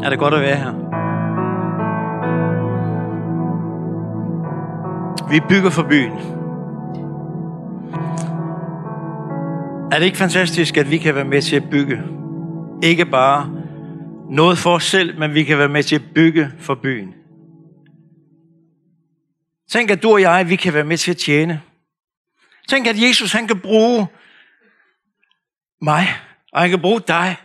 Er det godt at være her? Vi bygger for byen. Er det ikke fantastisk, at vi kan være med til at bygge? Ikke bare noget for os selv, men vi kan være med til at bygge for byen. Tænk, at du og jeg, vi kan være med til at tjene. Tænk, at Jesus, han kan bruge mig, og han kan bruge dig.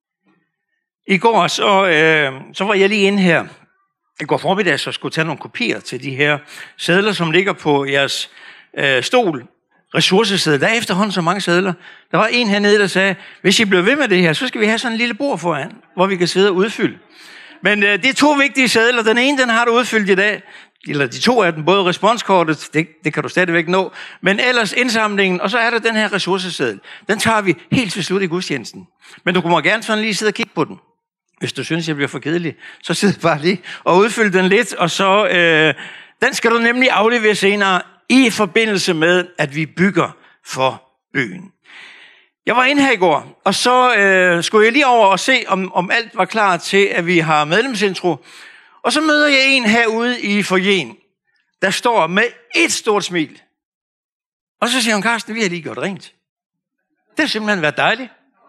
I går, så var jeg lige inde her. I går formiddag, så skulle tage nogle kopier til de her sedler, som ligger på jeres stol. Ressourcesedler. Der er efterhånden så mange sedler. Der var en hernede, der sagde, hvis I bliver ved med det her, så skal vi have sådan en lille bord foran, hvor vi kan sidde og udfylde. Men det er to vigtige sedler. Den ene, den har du udfyldt i dag. Eller de to af dem, både responskortet, det kan du stadigvæk nå, men ellers indsamlingen, og så er der den her ressourceseddel. Den tager vi helt til slut i gudstjenesten. Men du må gerne sådan lige sidde og kigge på den. Hvis du synes, jeg bliver for kedelig, så sid bare lige og udfyld den lidt, og så den skal du nemlig aflevere senere i forbindelse med, at vi bygger for byen. Jeg var inde her i går, og så skulle jeg lige over og se, om alt var klar til, at vi har medlemsintro. Og så møder jeg en herude i foyeren, der står med et stort smil. Og så siger hun, Karsten, vi har lige gjort rent. Det har simpelthen været dejligt.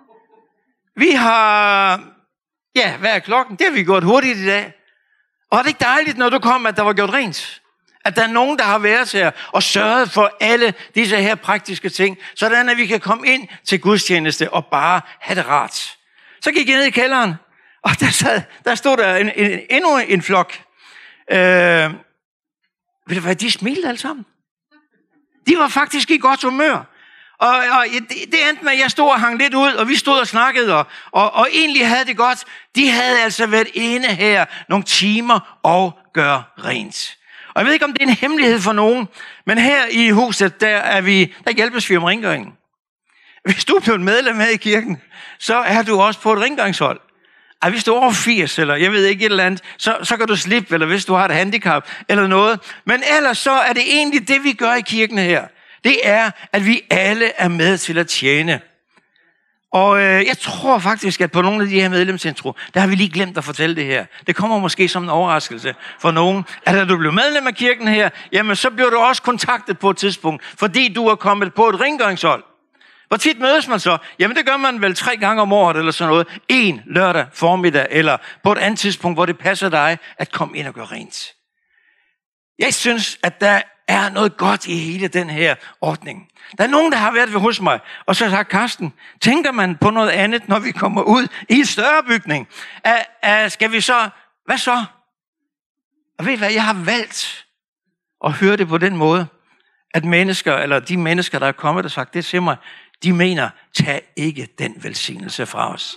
Vi har, hvad er klokken? Det har vi gjort hurtigt i dag. Og er det ikke dejligt, når du kom, at der var gjort rent? At der er nogen, der har været her og sørget for alle disse her praktiske ting, sådan at vi kan komme ind til gudstjeneste og bare have det rart. Så gik jeg ned i kælderen, og der stod der endnu en flok. Ved du hvad, de smilte alle sammen. De var faktisk i godt humør. Og det endte med, at jeg stod og hang lidt ud, og vi stod og snakkede, og egentlig havde det godt. De havde altså været inde her nogle timer og gøre rent. Og jeg ved ikke, om det er en hemmelighed for nogen, men her i huset, der hjælpes vi om rengøringen. Hvis du er blevet medlem her i kirken, så er du også på et rengøringshold. Hvis du er over 80, eller jeg ved ikke et eller andet, så kan du slippe, eller hvis du har et handicap, eller noget. Men ellers så er det egentlig det, vi gør i kirken her. Det er, at vi alle er med til at tjene. Og jeg tror faktisk, at på nogle af de her medlemsintro, der har vi lige glemt at fortælle det her. Det kommer måske som en overraskelse for nogen, at når du bliver medlem af kirken her, jamen så bliver du også kontaktet på et tidspunkt, fordi du er kommet på et rengøringshold. Hvor tit mødes man så? Jamen det gør man vel 3 gange om året eller sådan noget. En lørdag formiddag eller på et andet tidspunkt, hvor det passer dig at komme ind og gøre rent. Jeg synes, at der er noget godt i hele den her ordning. Der er nogen, der har været ved hos mig, og så har sagt, Karsten, tænker man på noget andet, når vi kommer ud i en større bygning? Skal vi så? Hvad så? Og ved I hvad, jeg har valgt at høre det på den måde, at mennesker, eller de mennesker, der er kommet og sagt det til mig, de mener, tag ikke den velsignelse fra os.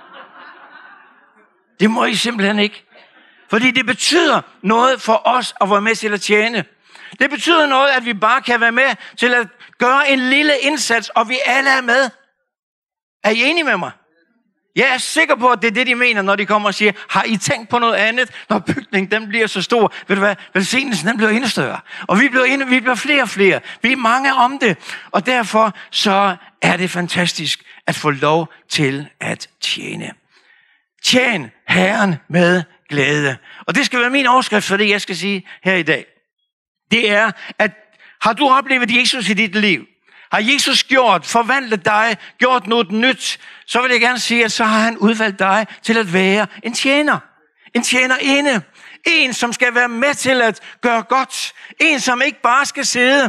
Det må I simpelthen ikke. Fordi det betyder noget for os at være med til at tjene. Det betyder noget, at vi bare kan være med til at gøre en lille indsats, og vi alle er med. Er I enige med mig? Jeg er sikker på, at det er det, de mener, når de kommer og siger, har I tænkt på noget andet, når bygningen den bliver så stor? Ved du hvad? Velsignelsen den bliver endnu større. Og vi bliver flere og flere. Vi er mange om det. Og derfor så er det fantastisk at få lov til at tjene. Tjen Herren med glæde. Og det skal være min overskrift for det, jeg skal sige her i dag. Det er, at har du oplevet Jesus i dit liv? Har Jesus forvandlet dig, gjort noget nyt, så vil jeg gerne sige, at så har han udvalgt dig til at være en tjener. En tjenerinde. En, som skal være med til at gøre godt. En, som ikke bare skal sidde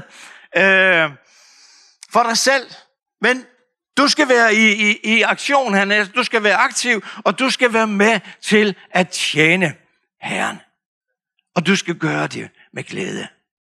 for dig selv, men du skal være i aktion, du skal være aktiv, og du skal være med til at tjene Herren. Og du skal gøre det med glæde.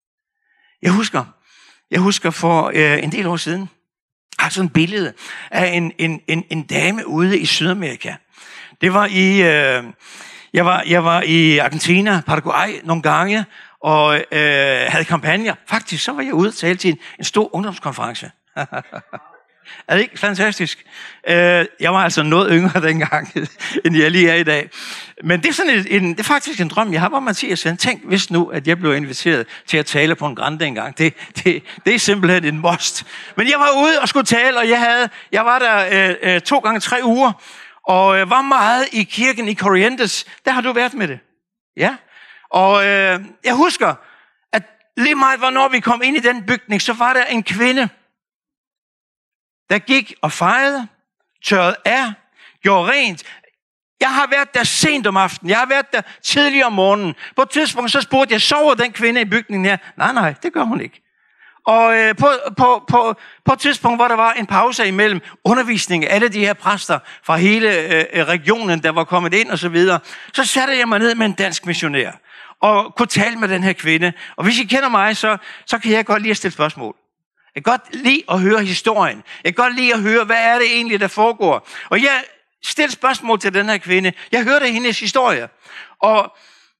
Jeg husker for en del år siden, jeg har sådan et billede af en dame ude i Sydamerika. Det var jeg var i Argentina, Paraguay nogle gange, og havde kampagner. Faktisk så var jeg ude og tale til en stor ungdomskonference. Er det ikke fantastisk? Jeg var altså noget yngre dengang, end jeg lige er i dag. Men det er, det er faktisk en drøm, jeg har, hvor man siger, tænk hvis nu, at jeg blev inviteret til at tale på en grande engang. Det er simpelthen en must. Men jeg var ude og skulle tale, og jeg var der 2 gange 3 uger. og var meget i kirken i Corrientes. Der har du været med det. Ja. Og jeg husker, at lige meget hvornår vi kom ind i den bygning, så var der en kvinde, der gik og fejede, tørrede af, gjorde rent. Jeg har været der sent om aftenen. Jeg har været der tidligere om morgenen. På et tidspunkt så spurgte jeg, sover den kvinde i bygningen her? Nej, det gør hun ikke. Og på et tidspunkt, hvor der var en pause imellem undervisningen af alle de her præster fra hele regionen, der var kommet ind og så videre, så satte jeg mig ned med en dansk missionær og kunne tale med den her kvinde. Og hvis I kender mig, så kan jeg godt lide at stille spørgsmål. Jeg kan godt lide at høre historien. Jeg kan godt lide at høre, hvad er det egentlig, der foregår. Og jeg stiller spørgsmål til den her kvinde. Jeg hørte hendes historie. Og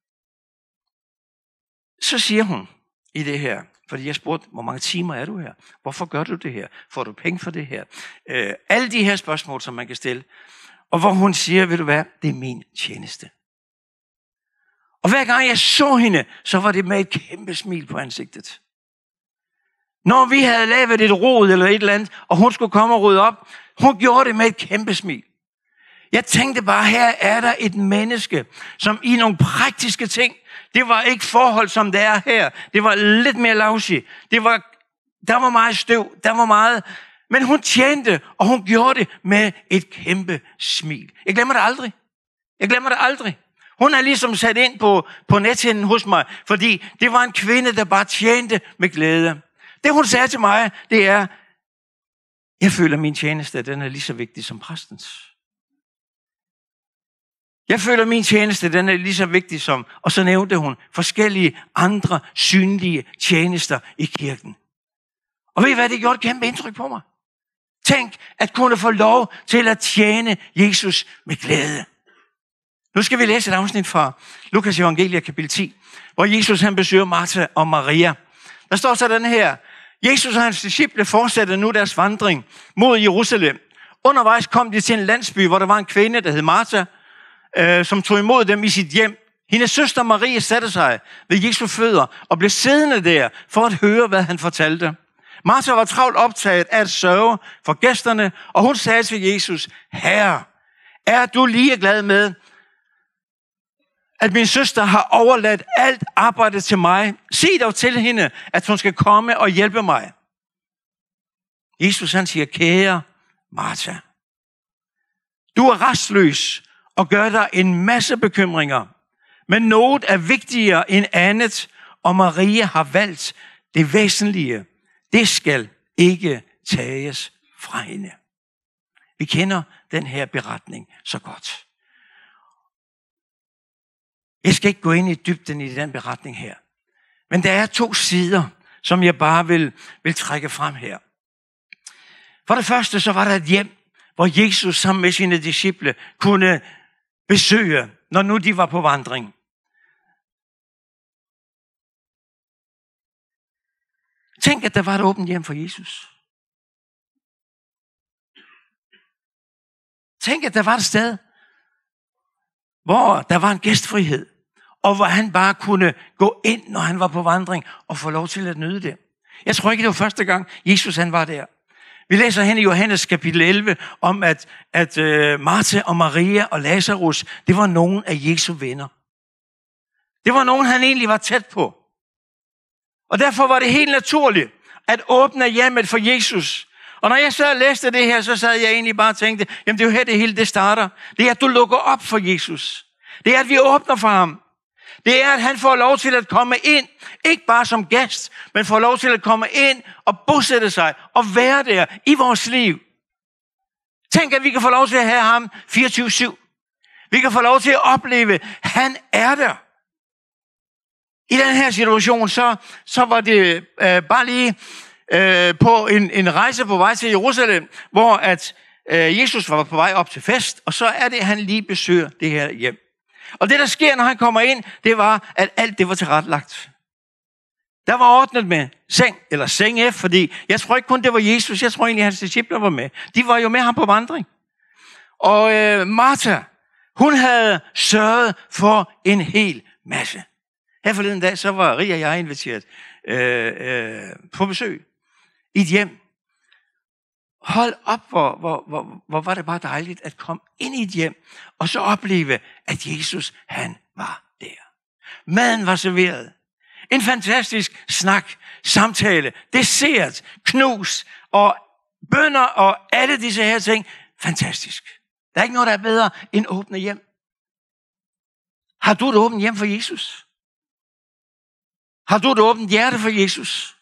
så siger hun i det her, fordi jeg spurgte, hvor mange timer er du her? Hvorfor gør du det her? Får du penge for det her? Alle de her spørgsmål, som man kan stille. Og hvor hun siger, ved du hvad, det er min tjeneste. Og hver gang jeg så hende, så var det med et kæmpe smil på ansigtet. Når vi havde lavet et rod eller et eller andet, og hun skulle komme og rydde op, hun gjorde det med et kæmpe smil. Jeg tænkte bare, her er der et menneske, som i nogle praktiske ting, det var ikke forhold, som det er her. Det var lidt mere lousy. Der var meget støv, der var meget. Men hun tjente, og hun gjorde det med et kæmpe smil. Jeg glemmer det aldrig. Hun er ligesom sat ind på nethinden hos mig, fordi det var en kvinde, der bare tjente med glæde. Det hun sagde til mig, det er, jeg føler min tjeneste, den er lige så vigtig som præstens. Jeg føler min tjeneste, den er lige så vigtig som, og så nævnte hun forskellige andre synlige tjenester i kirken. Og ved I hvad, det gjorde et kæmpe indtryk på mig. Tænk at kunne få lov til at tjene Jesus med glæde. Nu skal vi læse et afsnit fra Lukas Evangeliet kapitel 10, hvor Jesus han besøger Martha og Maria. Der står så den her, Jesus og hans disciple fortsatte nu deres vandring mod Jerusalem. Undervejs kom de til en landsby, hvor der var en kvinde, der hed Martha, som tog imod dem i sit hjem. Hendes søster Maria satte sig ved Jesu fødder og blev siddende der for at høre, hvad han fortalte. Martha var travlt optaget af at sørge for gæsterne, og hun sagde til Jesus, Herre, er du ligeglad med, at min søster har overladt alt arbejdet til mig? Sig dog til hende, at hun skal komme og hjælpe mig. Jesus han siger, kære Martha, du er restløs og gør dig en masse bekymringer, men noget er vigtigere end andet, og Maria har valgt det væsentlige. Det skal ikke tages fra hende. Vi kender den her beretning så godt. Jeg skal ikke gå ind i dybden i den beretning her. Men der er 2 sider, som jeg bare vil trække frem her. For det første, så var der et hjem, hvor Jesus sammen med sine disciple kunne besøge, når nu de var på vandring. Tænk, at der var et åbent hjem for Jesus. Tænk, at der var et sted, hvor der var en gæstfrihed, og hvor han bare kunne gå ind, når han var på vandring, og få lov til at nyde det. Jeg tror ikke, det var første gang, Jesus han var der. Vi læser hen i Johannes kapitel 11, om at Martha og Maria og Lazarus, det var nogle af Jesu venner. Det var nogen, han egentlig var tæt på. Og derfor var det helt naturligt at åbne hjemmet for Jesus. Og når jeg så læste det her, så sad jeg egentlig bare og tænkte, jamen det er jo her det hele det starter. Det er, at du lukker op for Jesus. Det er, at vi åbner for ham. Det er, at han får lov til at komme ind, ikke bare som gæst, men får lov til at komme ind og bosætte sig og være der i vores liv. Tænk, at vi kan få lov til at have ham 24/7. Vi kan få lov til at opleve, at han er der. I den her situation, så var det bare lige på en rejse på vej til Jerusalem, hvor at Jesus var på vej op til fest, og så er det, at han lige besøger det her hjem. Og det, der sker, når han kommer ind, det var, at alt det var tilrettelagt. Der var ordnet med seng, eller senge, fordi jeg tror ikke kun, det var Jesus, jeg tror egentlig, hans discipler var med. De var jo med ham på vandring. Og Martha, hun havde sørget for en hel masse. Her forleden dag, så var Ria og jeg inviteret på besøg i et hjem. Hold op, hvor var det bare dejligt at komme ind i et hjem, og så opleve, at Jesus, han var der. Maden var serveret. En fantastisk snak, samtale, dessert, knus og bønner og alle disse her ting. Fantastisk. Der er ikke noget, der er bedre end åbne hjem. Har du et åbent hjem for Jesus? Har du et åbent hjerte for Jesus?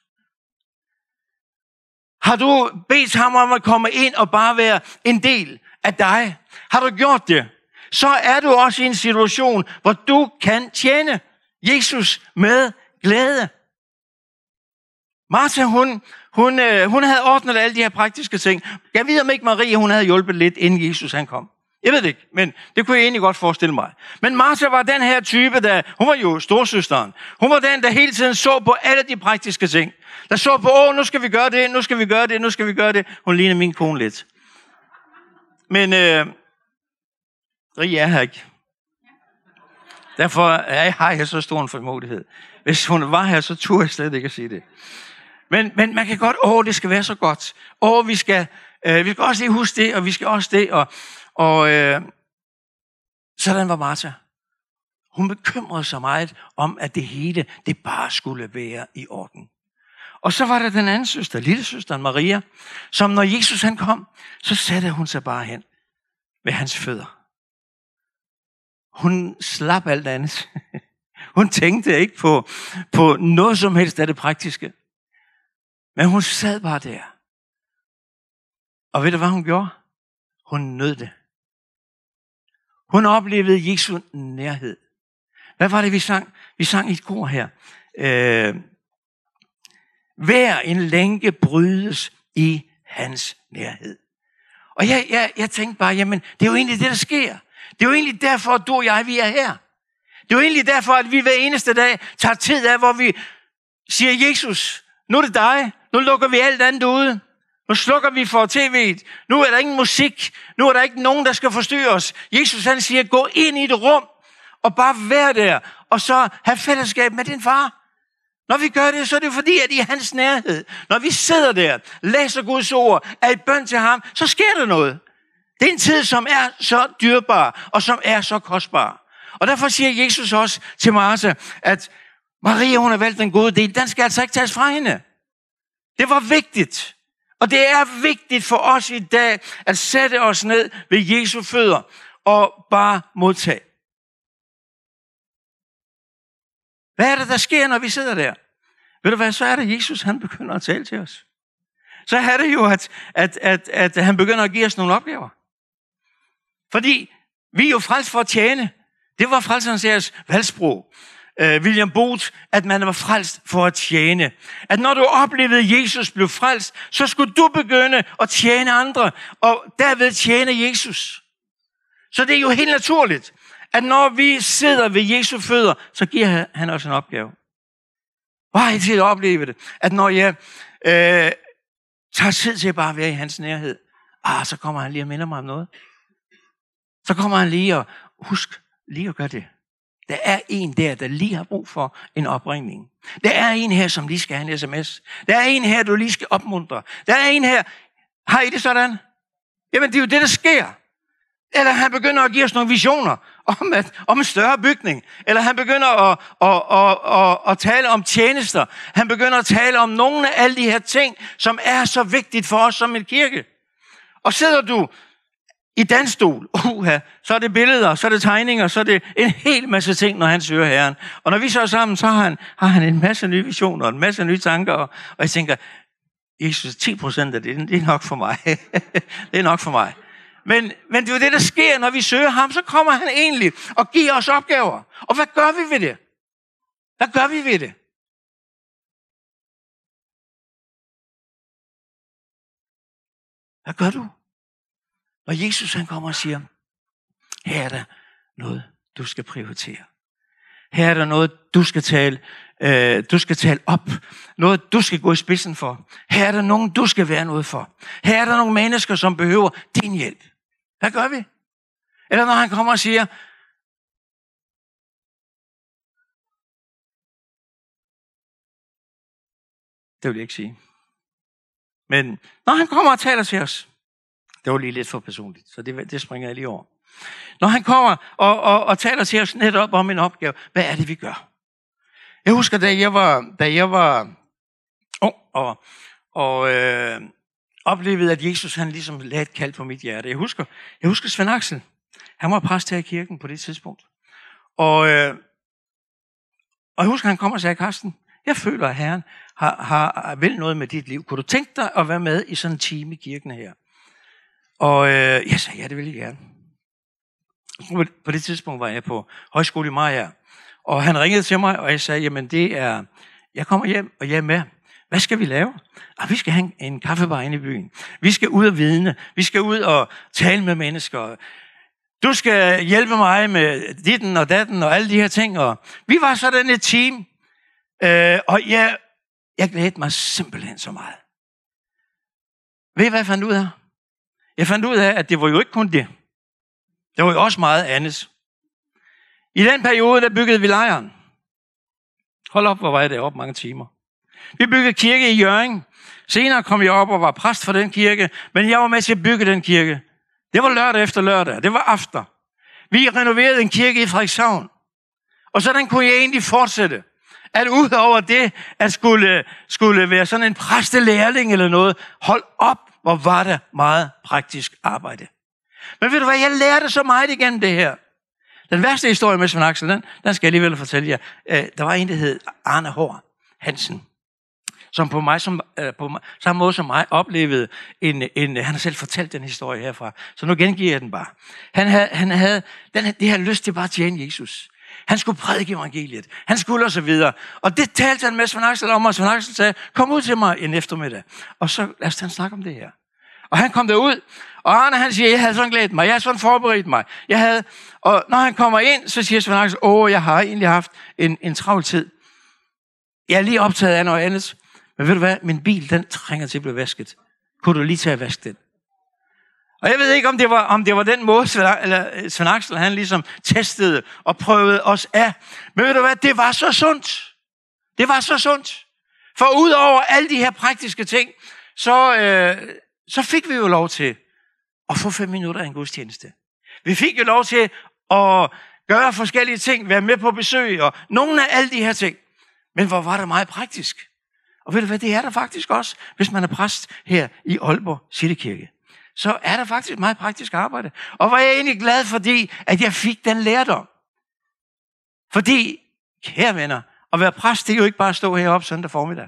Har du bedt ham om at komme ind og bare være en del af dig? Har du gjort det? Så er du også i en situation, hvor du kan tjene Jesus med glæde. Martha, hun havde ordnet alle de her praktiske ting. Jeg ved om ikke Marie, hun havde hjulpet lidt, inden Jesus han kom. Jeg ved det ikke, men det kunne jeg egentlig godt forestille mig. Men Martha var den her type, hun var jo storsøsteren. Hun var den, der hele tiden så på alle de praktiske ting. Der så på, nu skal vi gøre det, nu skal vi gøre det, nu skal vi gøre det. Hun ligner min kone lidt. Men Rie er her ikke. Derfor har jeg så stor en formodighed. Hvis hun var her, så turde jeg slet ikke at sige det. Men man kan godt, det skal være så godt. Vi skal også lige huske det, og vi skal også det. Og sådan var Martha. Hun bekymrede sig meget om, at det hele, det bare skulle være i orden. Og så var der den anden søster, lillesøsteren Maria, som når Jesus han kom, så satte hun sig bare hen ved hans fødder. Hun slap alt andet. Hun tænkte ikke på noget som helst af det praktiske. Men hun sad bare der. Og ved du hvad hun gjorde? Hun nød det. Hun oplevede Jesu nærhed. Hvad var det vi sang? Vi sang i et kor her. Hver en lænke brydes i hans nærhed. Og jeg tænkte bare, jamen det er jo egentlig det, der sker. Det er jo egentlig derfor, at du og jeg, vi er her. Det er jo egentlig derfor, at vi hver eneste dag tager tid af, hvor vi siger, Jesus, nu er det dig. Nu lukker vi alt andet ude. Nu slukker vi for tv'et. Nu er der ingen musik. Nu er der ikke nogen, der skal forstyrre os. Jesus han siger, gå ind i et rum og bare vær der. Og så have fællesskab med din far. Når vi gør det, så er det fordi, at i hans nærhed, når vi sidder der, læser Guds ord, er i bøn til ham, så sker der noget. Det er en tid, som er så dyrbar, og som er så kostbar. Og derfor siger Jesus også til Martha, at Maria, hun har valgt den gode del. Den skal altså ikke tages fra hende. Det var vigtigt. Og det er vigtigt for os i dag, at sætte os ned ved Jesu fødder og bare modtage. Hvad er det, der sker, når vi sidder der? Ved du hvad, så er det Jesus, han begynder at tale til os. Så er det jo, at han begynder at give os nogle opgaver. Fordi vi er jo frelst for at tjene. Det var frelserens valgsprog. William Booth, at man var frelst for at tjene. At når du oplevede, at Jesus blev frelst, så skulle du begynde at tjene andre, og derved tjene Jesus. Så det er jo helt naturligt, at når vi sidder ved Jesu fødder, så giver han os en opgave. Bare til at opleve det, at når jeg tager tid til at bare være i hans nærhed, så kommer han lige og minder mig om noget. Så kommer han lige og husk lige at gøre det. Der er en der lige har brug for en opringning. Der er en her, som lige skal have en sms. Der er en her, du lige skal opmuntre. Der er en her. Har I det sådan? Jamen, det er jo det, der sker. Eller han begynder at give os nogle visioner om en større bygning. Eller han begynder at tale om tjenester. Han begynder at tale om nogle af alle de her ting, som er så vigtigt for os som en kirke. Og sidder du i den stol, så er det billeder, så er det tegninger, så er det en hel masse ting, når han søger Herren. Og når vi så er sammen, så har han en masse nye visioner, en masse nye tanker, og jeg tænker, Jesus, 10% af det er nok for mig. Det er nok for mig. Men det er jo det, der sker, når vi søger ham, så kommer han egentlig og giver os opgaver. Og hvad gør vi ved det? Hvad gør vi ved det? Hvad gør du? Og Jesus han kommer og siger, her er der noget, du skal prioritere. Her er der noget, du skal tale op. Noget, du skal gå i spidsen for. Her er der nogen, du skal være noget for. Her er der nogle mennesker, som behøver din hjælp. Hvad gør vi? Eller når han kommer og siger, det vil jeg ikke sige. Men når han kommer og taler til os, det var lige lidt for personligt, så det springer jeg lige over. Når han kommer og taler til os netop om en opgave, hvad er det, vi gør? Jeg husker, da jeg var ung og oplevede, at Jesus han ligesom lagde et kald på mit hjerte. Jeg husker Svend Axel. Han var præst her i kirken på det tidspunkt. Og jeg husker, han kom og sagde, Karsten, jeg føler, at Herren har vel noget med dit liv. Kunne du tænke dig at være med i sådan en time i kirken her? Og jeg sagde, ja, det vil jeg gerne. På det tidspunkt var jeg på højskole i Mariager. Og han ringede til mig, og jeg sagde, jamen jeg kommer hjem, og jeg er med. Hvad skal vi lave? Vi skal have en kaffebar inde i byen. Vi skal ud og vidne. Vi skal ud og tale med mennesker. Du skal hjælpe mig med ditten og datten og alle de her ting. Og vi var sådan et team, og jeg glædede mig simpelthen så meget. Ved I, hvad jeg fandt ud af? Jeg fandt ud af, at det var jo ikke kun det. Der var jo også meget andet. I den periode, der byggede vi lejren. Hold op, hvor var jeg deroppe mange timer. Vi byggede kirke i Hjørring. Senere kom jeg op og var præst for den kirke, men jeg var med til at bygge den kirke. Det var lørdag efter lørdag. Det var aften. Vi renoverede en kirke i Frederikshavn. Og sådan kunne jeg egentlig fortsætte. At udover det, at skulle være sådan en præstelærling eller noget, hold op, hvor var der meget praktisk arbejde. Men ved du hvad, jeg lærte så meget igennem det her. Den værste historie med Svend Axel, den skal jeg alligevel fortælle jer. Der var en, der hed Arne Hård Hansen, som på samme måde som mig oplevede han har selv fortalt den historie herfra, så nu gengiver jeg den bare. Han havde det her lyst til bare at tjene Jesus. Han skulle prædike evangeliet. Han skulle og så videre. Og det talte han med Svend Axel om, og Svend Axel sagde, kom ud til mig en eftermiddag. Og så lad os snakke om det her. Og han kom derud, og Arne han siger, jeg havde sådan glædet mig, jeg havde sådan forberedt mig. Og når han kommer ind, så siger Svend Axel, jeg har egentlig haft en travl tid. Jeg er lige optaget af noget andet. Men ved du hvad, min bil, den trænger til at blive vasket. Kunne du lige tage at vaske den? Og jeg ved ikke, om det var den måde, Svend Axel, han ligesom testede og prøvede os af. Men ved du hvad, det var så sundt. Det var så sundt. For ud over alle de her praktiske ting, så fik vi jo lov til at få 5 minutter af en gudstjeneste. Vi fik jo lov til at gøre forskellige ting, være med på besøg og nogle af alle de her ting. Men hvor var det meget praktisk. Og ved du hvad, det er der faktisk også, hvis man er præst her i Aalborg Citykirke. Så er der faktisk meget praktisk arbejde. Og var jeg egentlig glad, fordi at jeg fik den lærdom. Fordi, kære venner, at være præst, det er jo ikke bare at stå heroppe søndag formiddag.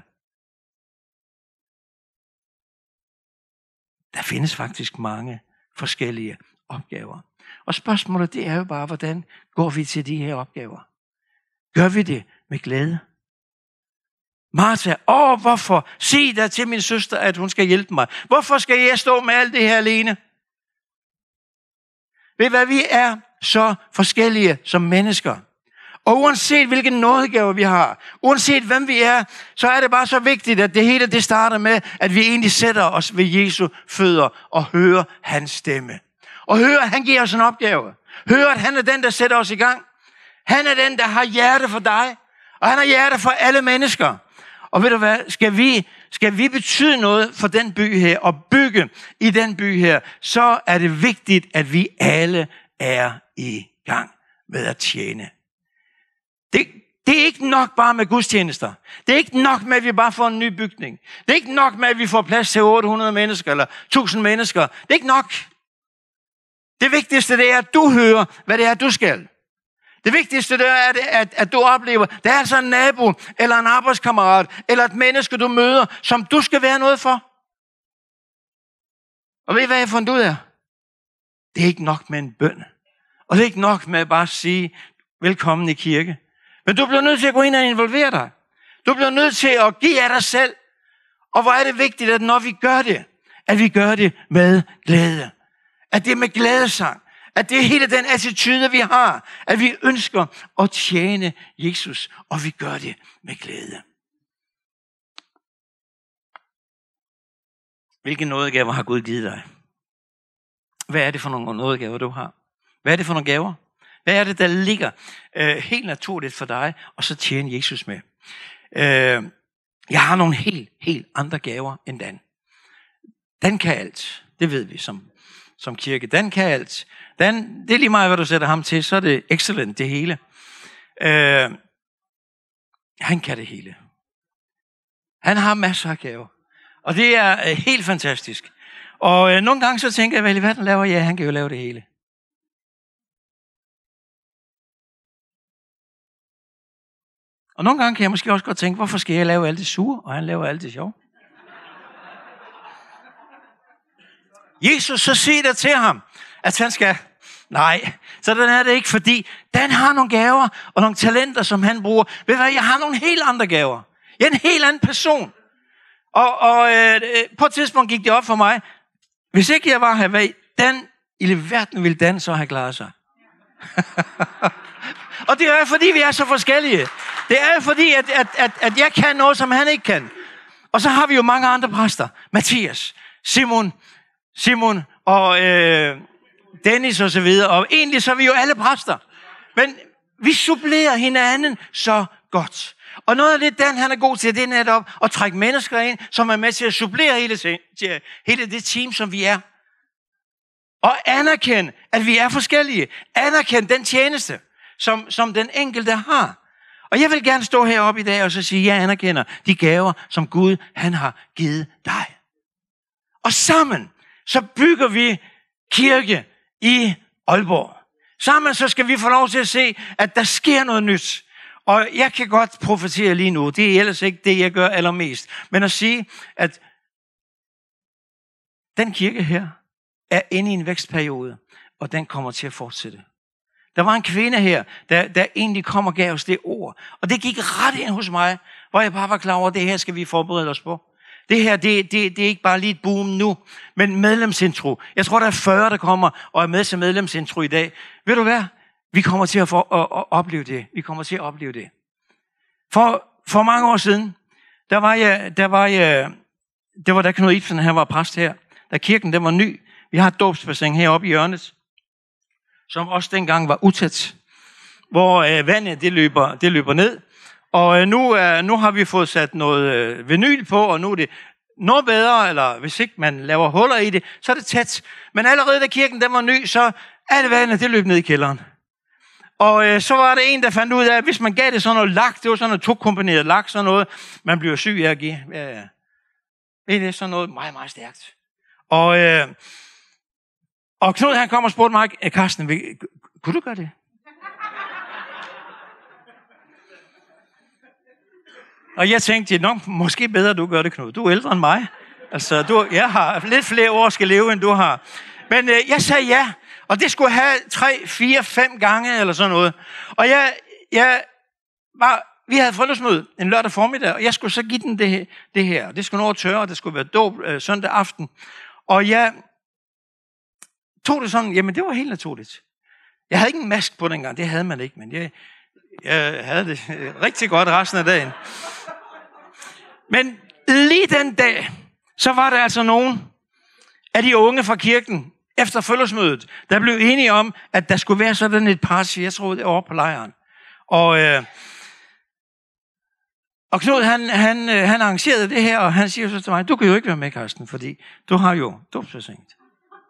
Der findes faktisk mange forskellige opgaver. Og spørgsmålet, det er jo bare, hvordan går vi til de her opgaver? Gør vi det med glæde? Martha, hvorfor? Sig da til min søster, at hun skal hjælpe mig. Hvorfor skal jeg stå med alt det her alene? Ved hvad, vi er så forskellige som mennesker. Og uanset hvilken nådegaver vi har, uanset hvem vi er, så er det bare så vigtigt, at det hele det starter med, at vi egentlig sætter os ved Jesu fødder og hører hans stemme. Og hører, at han giver os en opgave. Hører, at han er den, der sætter os i gang. Han er den, der har hjerte for dig, og han har hjerte for alle mennesker. Og ved du hvad, skal vi betyde noget for den by her, og bygge i den by her, så er det vigtigt, at vi alle er i gang med at tjene. Det er ikke nok bare med gudstjenester. Det er ikke nok med, at vi bare får en ny bygning. Det er ikke nok med, at vi får plads til 800 mennesker eller 1000 mennesker. Det er ikke nok. Det vigtigste det er, at du hører, hvad det er, du skal. Det vigtigste det er, at du oplever, der er altså en nabo, eller en arbejdskammerat, eller et menneske, du møder, som du skal være noget for. Og ved I, hvad jeg har fundet ud af? Det er ikke nok med en bøn. Og det er ikke nok med at bare sige, velkommen i kirke. Men du bliver nødt til at gå ind og involvere dig. Du bliver nødt til at give af dig selv. Og hvor er det vigtigt, at når vi gør det, at vi gør det med glæde. At det er med glædesang. At det er hele den attitude, vi har. At vi ønsker at tjene Jesus. Og vi gør det med glæde. Hvilke nådegaver har Gud givet dig? Hvad er det for nogle nådegaver, du har? Hvad er det for nogle gaver? Hvad er det, der ligger helt naturligt for dig, og så tjene Jesus med? Jeg har nogle helt andre gaver end den. Dan kan alt. Det ved vi som kirke. Dan kan alt. Dan, det er lige meget, hvad du sætter ham til, så er det excellent, det hele. Han kan det hele. Han har masser af gaver. Og det er helt fantastisk. Og nogle gange så tænker jeg, hvad i verden laver jeg? Han kan jo lave det hele. Og nogle gange kan jeg måske også godt tænke, hvorfor skal jeg lave alt det sure, og han laver alt det sjove? Jesus, så sig der til ham, at han skal... Nej, sådan er det ikke, fordi Dan har nogle gaver og nogle talenter, som han bruger. Ved du hvad, jeg har nogle helt andre gaver. Jeg er en helt anden person. Og på et tidspunkt gik det op for mig, hvis ikke jeg var her, hvad Dan i verden ville Dan så have klaret sig. Og det er fordi, vi er så forskellige. Det er fordi, at jeg kan noget, som han ikke kan. Og så har vi jo mange andre præster. Mathias, Simon og Dennis og så videre. Og egentlig så er vi jo alle præster. Men vi supplerer hinanden så godt. Og noget af det, Dan han er god til, det er netop at trække mennesker ind, som er med til at supplere hele det team, som vi er. Og anerkende, at vi er forskellige. Anerkende den tjeneste, som den enkelte har. Og jeg vil gerne stå heroppe i dag og så sige, at jeg anerkender de gaver, som Gud han har givet dig. Og sammen, så bygger vi kirke i Aalborg. Sammen så skal vi få lov til at se, at der sker noget nyt. Og jeg kan godt profetere lige nu, det er ellers ikke det, jeg gør allermest. Men at sige, at den kirke her er inde i en vækstperiode, og den kommer til at fortsætte. Der var en kvinde her, der egentlig kom og gav os det ord. Og det gik ret ind hos mig, hvor jeg bare var klar over, at det her skal vi forberede os på. Det her, det er ikke bare lige et boom nu, men medlemsintro. Jeg tror, der er 40, der kommer og er med til medlemsintro i dag. Ved du hvad? Vi kommer til at opleve det. Vi kommer til at opleve det. For mange år siden, der var der Knud Ibsen, han var præst her. Da kirken, den var ny. Vi har et dåbsbassin heroppe i hjørnet, som også dengang var utæt, hvor vandet det løber ned. Og nu har vi fået sat noget vinyl på, og nu er det noget bedre, eller hvis ikke man laver huller i det, så er det tæt. Men allerede da kirken den var ny, så alt vandet det løb ned i kælderen. Og så var der en, der fandt ud af, at hvis man gav det sådan noget lak, det var sådan noget tokombineret lak, sådan noget, man bliver syg af at give. Det er sådan noget meget, meget stærkt. Og Knud han kom og spurgte mig, Carsten, kunne du gøre det? Og jeg tænkte, måske bedre du gør det, Knud. Du er ældre end mig. Altså, jeg har lidt flere år skal leve, end du har. Men jeg sagde ja, og det skulle have 3, 4, 5 gange eller sådan noget. Og vi havde friluftsmøde en lørdag formiddag, og jeg skulle så give den det her. Det skulle nå at tørre, og det skulle være dåb søndag aften. Og jeg tog det sådan, jamen det var helt naturligt. Jeg havde ikke en mask på dengang, det havde man ikke, men jeg havde det rigtig godt resten af dagen. Men lige den dag, så var der altså nogen af de unge fra kirken, efter friluftsmødet, der blev enige om, at der skulle være sådan et party, jeg tror det over på lejren. Og Knud, han arrangerede det her, og han siger så til mig, du kan jo ikke være med, Carsten, fordi du har jo dåbsbassinet.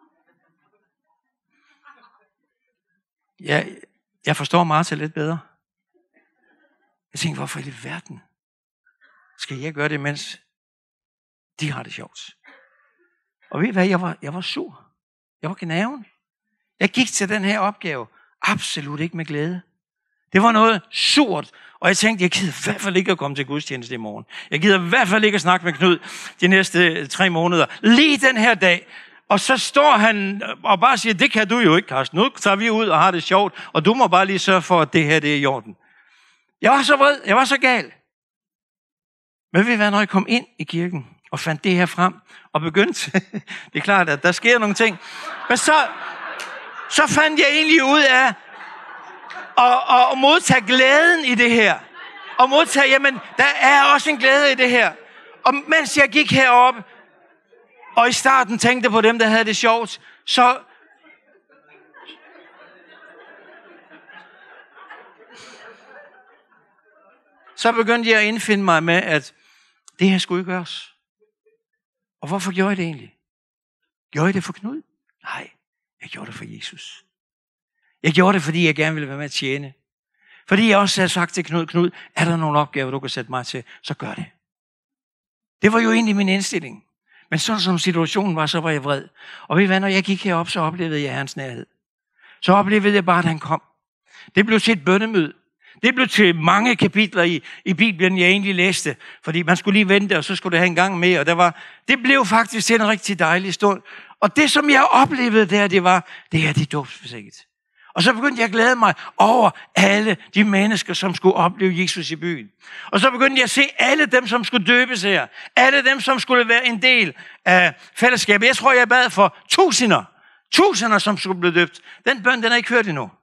Ja, jeg forstår Martha lidt bedre. Jeg tænkte, hvorfor i verden skal jeg gøre det, mens de har det sjovt? Og ved I hvad, jeg var sur. Jeg var gnaven. Jeg gik til den her opgave absolut ikke med glæde. Det var noget surt, og jeg tænkte, jeg gider i hvert fald ikke at komme til gudstjeneste i morgen. Jeg gider i hvert fald ikke at snakke med Knud de næste 3 måneder. Lige den her dag. Og så står han og bare siger, det kan du jo ikke, Carsten. Nu tager vi ud og har det sjovt, og du må bare lige sørge for, at det her det er i orden. Jeg var så vred, jeg var så gal. Men ved I hvad, når jeg kom ind i kirken og fandt det her frem og begyndte, det er klart, at der sker nogle ting, men så fandt jeg egentlig ud af at modtage glæden i det her. Og modtage, jamen, der er også en glæde i det her. Og mens jeg gik herop og i starten tænkte på dem, der havde det sjovt, så begyndte jeg at indfinde mig med, at det her skulle ikke gøres. Og hvorfor gjorde jeg det egentlig? Gjorde I det for Knud? Nej, jeg gjorde det for Jesus. Jeg gjorde det, fordi jeg gerne ville være med at tjene. Fordi jeg også havde sagt til Knud, er der nogle opgaver, du kan sætte mig til, så gør det. Det var jo egentlig min indstilling. Men sådan som situationen var, så var jeg vred. Og ved I hvad, når jeg gik herop, så oplevede jeg hans nærhed. Så oplevede jeg bare, at han kom. Det blev til et bønnemøde. Det blev til mange kapitler i Bibelen, jeg egentlig læste. Fordi man skulle lige vente, og så skulle det have en gang med. Og det blev faktisk til en rigtig dejlig stund. Og det, som jeg oplevede der, det er dåbsforsikret. Og så begyndte jeg at glæde mig over alle de mennesker, som skulle opleve Jesus i byen. Og så begyndte jeg at se alle dem, som skulle døbes her. Alle dem, som skulle være en del af fællesskabet. Jeg tror, jeg bad for tusinder, som skulle blive døbt. Den bøn, den er ikke hørt endnu.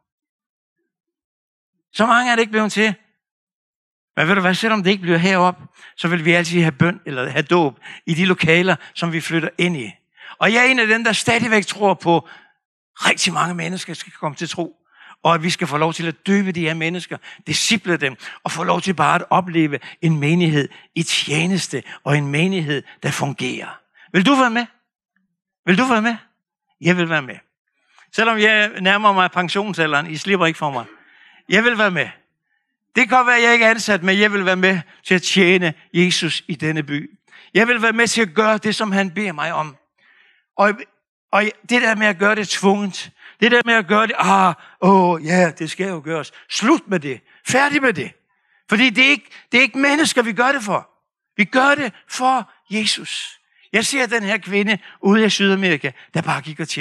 Så mange er det ikke blevet til. Men ved du hvad, selvom det ikke bliver herop, så vil vi altid have bøn eller have dåb i de lokaler, som vi flytter ind i. Og jeg er en af dem, der stadigvæk tror på, rigtig mange mennesker skal komme til tro. Og at vi skal få lov til at døbe de her mennesker, disciple dem, og få lov til bare at opleve en menighed i tjeneste, og en menighed, der fungerer. Vil du være med? Vil du være med? Jeg vil være med. Selvom jeg nærmer mig pensionsalderen, I slipper ikke for mig. Jeg vil være med. Det kan godt være, at jeg ikke er ansat, men jeg vil være med til at tjene Jesus i denne by. Jeg vil være med til at gøre det, som han beder mig om. Og det der med at gøre det tvunget, det der med at gøre det, det skal jo gøres. Slut med det. Færdig med det. Fordi det er ikke mennesker, vi gør det for. Vi gør det for Jesus. Jeg ser den her kvinde ude i Sydamerika, der bare gik og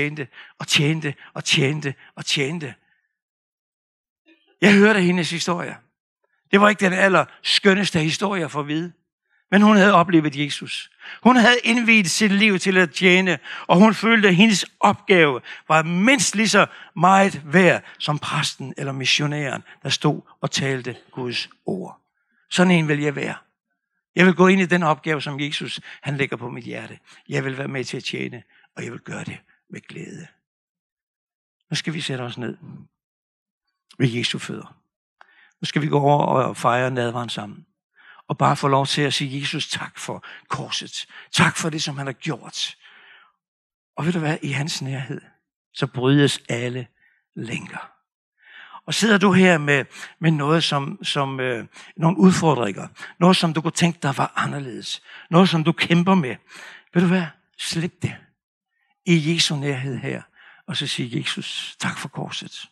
tjente. Jeg hørte hendes historie. Det var ikke den allerskønneste historie for at vide. Men hun havde oplevet Jesus. Hun havde indviet sit liv til at tjene, og hun følte, at hendes opgave var mindst lige så meget værd som præsten eller missionæren, der stod og talte Guds ord. Sådan en vil jeg være. Jeg vil gå ind i den opgave, som Jesus han lægger på mit hjerte. Jeg vil være med til at tjene, og jeg vil gøre det med glæde. Nu skal vi sætte os ned ved Jesu fødder. Nu skal vi gå over og fejre nadveren sammen. Og bare få lov til at sige, Jesus, tak for korset. Tak for det, som han har gjort. Og ved du hvad, i hans nærhed, så brydes alle lænker. Og sidder du her med noget som nogle udfordringer, noget som du kunne tænke dig var anderledes, noget som du kæmper med, ved du hvad, slip det i Jesu nærhed her, og så sige, Jesus, tak for korset.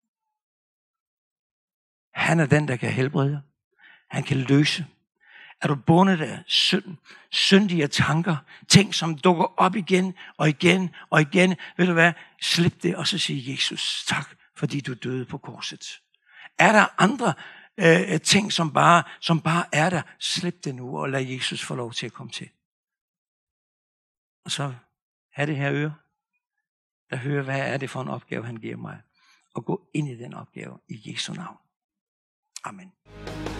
Han er den, der kan helbrede. Han kan løse. Er du bundet af syndige tanker, ting som dukker op igen og igen og igen, ved du hvad, slip det og så sige, Jesus, tak, fordi du døde på korset. Er der andre ting, som bare er der, slip det nu og lad Jesus få lov til at komme til. Og så have det her øre, der hører, hvad er det for en opgave, han giver mig, og gå ind i den opgave i Jesu navn. Amen.